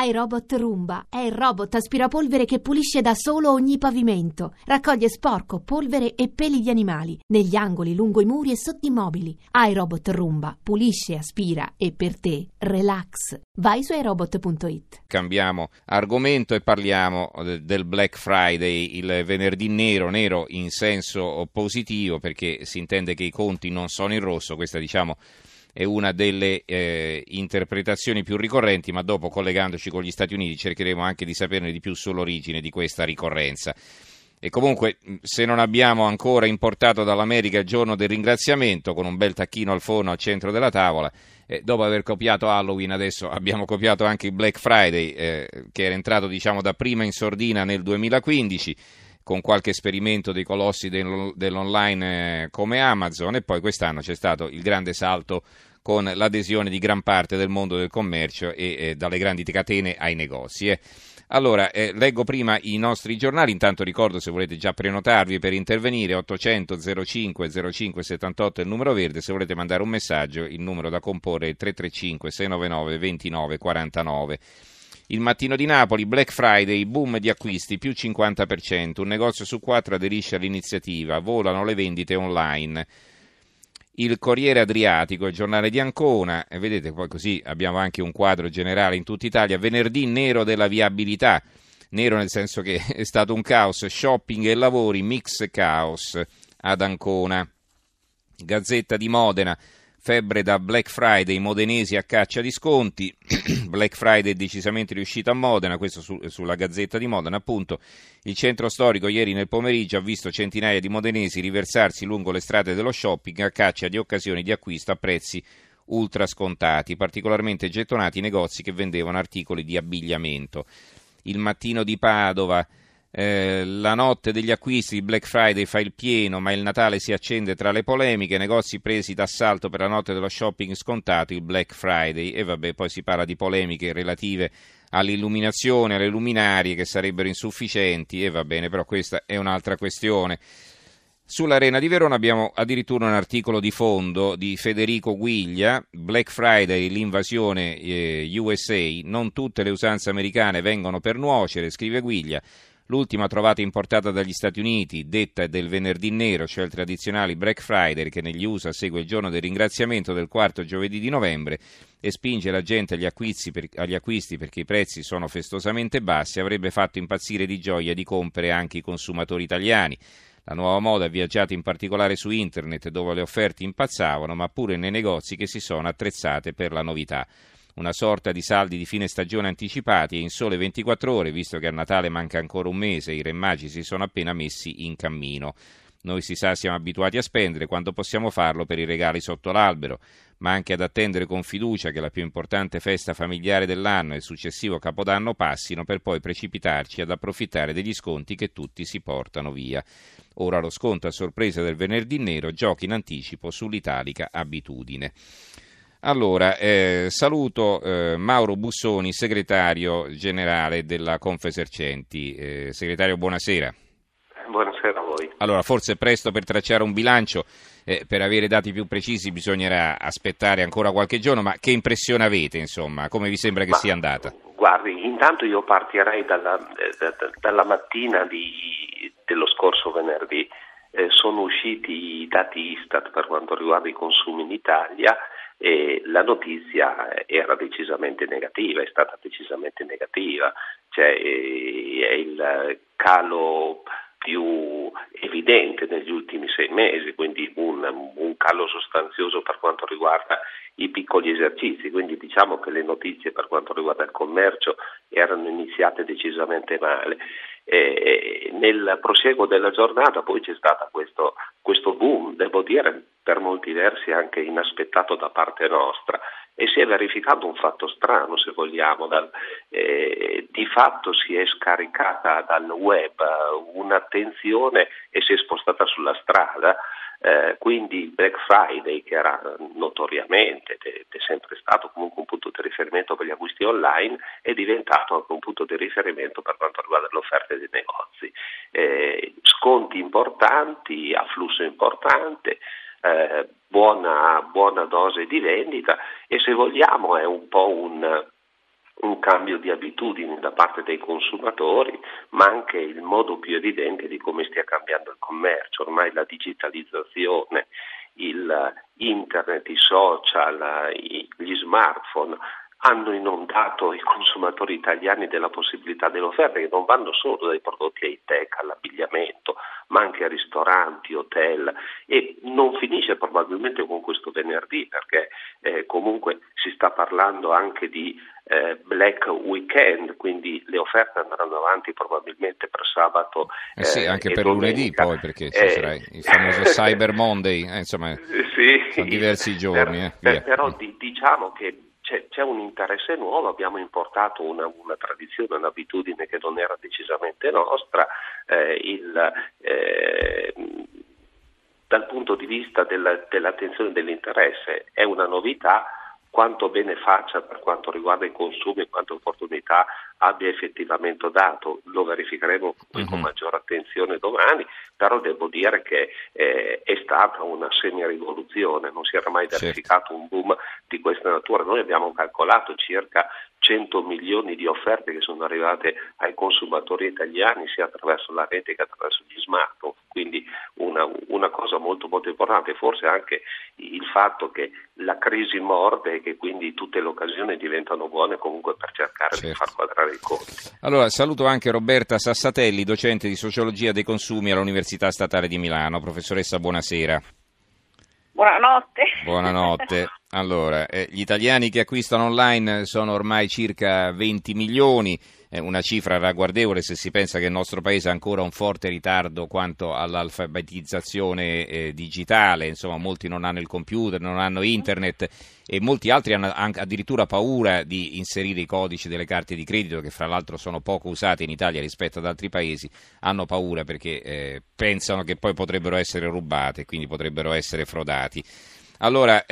iRobot Roomba è il robot aspirapolvere che pulisce da solo ogni pavimento. Raccoglie sporco, polvere e peli di animali negli angoli, lungo i muri e sotto i mobili. iRobot Roomba pulisce, aspira e per te relax. Vai su iRobot.it. Cambiamo argomento e parliamo del Black Friday, il venerdì nero in senso positivo, perché si intende che i conti non sono in rosso. Questa, diciamo, è una delle interpretazioni più ricorrenti, ma dopo, collegandoci con gli Stati Uniti, cercheremo anche di saperne di più sull'origine di questa ricorrenza. E comunque, se non abbiamo ancora importato dall'America il giorno del ringraziamento, con un bel tacchino al forno al centro della tavola, dopo aver copiato Halloween, adesso abbiamo copiato anche il Black Friday, che era entrato, diciamo, dapprima in sordina nel 2015, con qualche esperimento dei colossi dell'online come Amazon, e poi quest'anno c'è stato il grande salto con l'adesione di gran parte del mondo del commercio e dalle grandi catene ai negozi. Allora, leggo prima i nostri giornali, intanto ricordo, se volete già prenotarvi per intervenire, 800 05 05 78 è il numero verde, se volete mandare un messaggio il numero da comporre è 335 699 29 49. Il Mattino di Napoli, Black Friday, boom di acquisti, più 50%, un negozio su 4 aderisce all'iniziativa, volano le vendite online. Il Corriere Adriatico, il giornale di Ancona, e vedete poi così abbiamo anche un quadro generale in tutta Italia, venerdì nero della viabilità, nero nel senso che è stato un caos, shopping e lavori, mix caos ad Ancona. Gazzetta di Modena, febbre da Black Friday, modenesi a caccia di sconti. Black Friday è decisamente riuscito a Modena, questo sulla Gazzetta di Modena, appunto. Il centro storico ieri nel pomeriggio ha visto centinaia di modenesi riversarsi lungo le strade dello shopping a caccia di occasioni di acquisto a prezzi ultra scontati, particolarmente gettonati i negozi che vendevano articoli di abbigliamento. Il Mattino di Padova, la notte degli acquisti, il Black Friday fa il pieno, ma il Natale si accende tra le polemiche, negozi presi d'assalto per la notte dello shopping scontato, il Black Friday, e vabbè, poi si parla di polemiche relative all'illuminazione, alle luminarie che sarebbero insufficienti, e va bene, però questa è un'altra questione. Sull'Arena di Verona abbiamo addirittura un articolo di fondo di Federico Guiglia, Black Friday, l'invasione USA, non tutte le usanze americane vengono per nuocere, scrive Guiglia. L'ultima trovata importata dagli Stati Uniti, detta del venerdì nero, cioè il tradizionale Black Friday, che negli USA segue il giorno del ringraziamento del quarto giovedì di novembre e spinge la gente agli acquisti perché i prezzi sono festosamente bassi, avrebbe fatto impazzire di gioia di compere anche i consumatori italiani. La nuova moda ha viaggiato in particolare su internet, dove le offerte impazzavano, ma pure nei negozi che si sono attrezzate per la novità. Una sorta di saldi di fine stagione anticipati e in sole 24 ore, visto che a Natale manca ancora un mese e i re magi si sono appena messi in cammino. Noi, si sa, siamo abituati a spendere quando possiamo farlo per i regali sotto l'albero, ma anche ad attendere con fiducia che la più importante festa familiare dell'anno e il successivo Capodanno passino, per poi precipitarci ad approfittare degli sconti che tutti si portano via. Ora lo sconto a sorpresa del venerdì nero, giochi in anticipo sull'italica abitudine. Allora, saluto Mauro Bussoni, segretario generale della Confesercenti. Segretario, buonasera. Buonasera a voi. Allora, forse è presto per tracciare un bilancio, per avere dati più precisi bisognerà aspettare ancora qualche giorno, ma che impressione avete, insomma? Come vi sembra che sia andata? Guardi, intanto io partirei dalla mattina dello scorso venerdì. Sono usciti i dati Istat per quanto riguarda i consumi in Italia e la notizia era decisamente negativa, è stata decisamente negativa, cioè è il calo più evidente negli ultimi 6 mesi, quindi un calo sostanzioso per quanto riguarda i piccoli esercizi, quindi diciamo che le notizie per quanto riguarda il commercio erano iniziate decisamente male. Nel prosieguo della giornata poi c'è stato questo boom, devo dire per molti versi anche inaspettato da parte nostra, e si è verificato un fatto strano, se vogliamo. Di fatto si è scaricata dal web un'attenzione e si è spostata sulla strada. Quindi il Black Friday, che era notoriamente ed è sempre stato comunque un punto di riferimento per gli acquisti online, è diventato anche un punto di riferimento per quanto riguarda le offerte dei negozi. Sconti importanti, afflusso importante, buona dose di vendita, e se vogliamo è un po' un cambio di abitudini da parte dei consumatori, ma anche il modo più evidente di come stia cambiando il commercio. Ormai la digitalizzazione, il internet, i social, gli smartphone hanno inondato i consumatori italiani della possibilità delle offerte, che non vanno solo dai prodotti high-tech all'abbigliamento, ma anche a ristoranti, hotel, e non finisce probabilmente con questo venerdì, perché comunque si sta parlando anche di Black Weekend, quindi le offerte andranno avanti probabilmente per sabato sì, anche e per domenica. lunedì poi, perché ci sarà il famoso Cyber Monday, insomma sì, sono diversi giorni. Però diciamo che c'è un interesse nuovo, abbiamo importato una tradizione, un'abitudine che non era decisamente nostra, dal punto di vista dell'attenzione e dell'interesse è una novità. Quanto bene faccia per quanto riguarda i consumi e quante opportunità abbia effettivamente dato, lo verificheremo con maggiore attenzione domani, però devo dire che è stata una semi-rivoluzione, non si era mai verificato un boom di questa natura. Noi abbiamo calcolato circa 100 milioni di offerte che sono arrivate ai consumatori italiani sia attraverso la rete che attraverso gli smartphone, quindi una cosa molto molto importante, forse anche il fatto che la crisi morde e che quindi tutte le occasioni diventano buone comunque per cercare di far quadrare i conti. Allora saluto anche Roberta Sassatelli, docente di sociologia dei consumi all'Università Statale di Milano. Professoressa, buonasera. Buonanotte. Buonanotte. Allora, gli italiani che acquistano online sono ormai circa 20 milioni, una cifra ragguardevole se si pensa che il nostro paese ha ancora un forte ritardo quanto all'alfabetizzazione digitale, insomma molti non hanno il computer, non hanno internet e molti altri hanno addirittura paura di inserire i codici delle carte di credito, che fra l'altro sono poco usate in Italia rispetto ad altri paesi, hanno paura perché pensano che poi potrebbero essere rubate, quindi potrebbero essere frodati. Allora,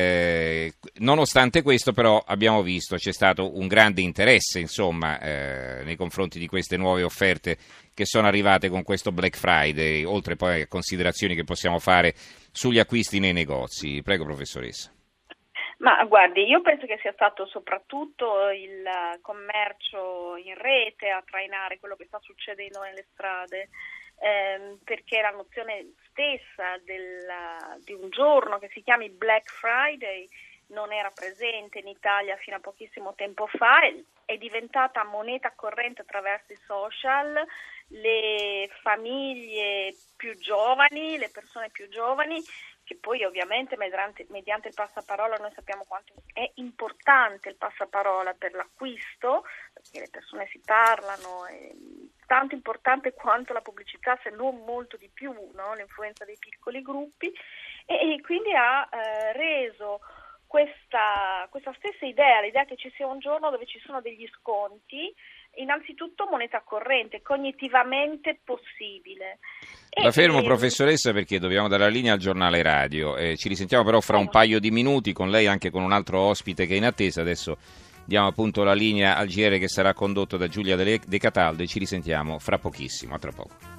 nonostante questo però abbiamo visto c'è stato un grande interesse insomma nei confronti di queste nuove offerte che sono arrivate con questo Black Friday, oltre poi a considerazioni che possiamo fare sugli acquisti nei negozi. Prego, professoressa. Ma guardi, io penso che sia stato soprattutto il commercio in rete a trainare quello che sta succedendo nelle strade, perché la nozione stessa di un giorno che si chiami Black Friday non era presente in Italia fino a pochissimo tempo fa, è diventata moneta corrente attraverso i social. Le famiglie più giovani, le persone più giovani, che poi ovviamente mediante il passaparola noi sappiamo quanto è importante il passaparola per l'acquisto, perché le persone si parlano, è tanto importante quanto la pubblicità, se non molto di più, no? L'influenza dei piccoli gruppi, e quindi ha reso questa stessa idea, l'idea che ci sia un giorno dove ci sono degli sconti, innanzitutto moneta corrente, cognitivamente possibile. La fermo, professoressa, perché dobbiamo dare la linea al giornale radio. Ci risentiamo però fra un paio di minuti con lei, anche con un altro ospite che è in attesa. Adesso diamo appunto la linea al GR che sarà condotto da Giulia De Cataldo e ci risentiamo fra pochissimo. A tra poco.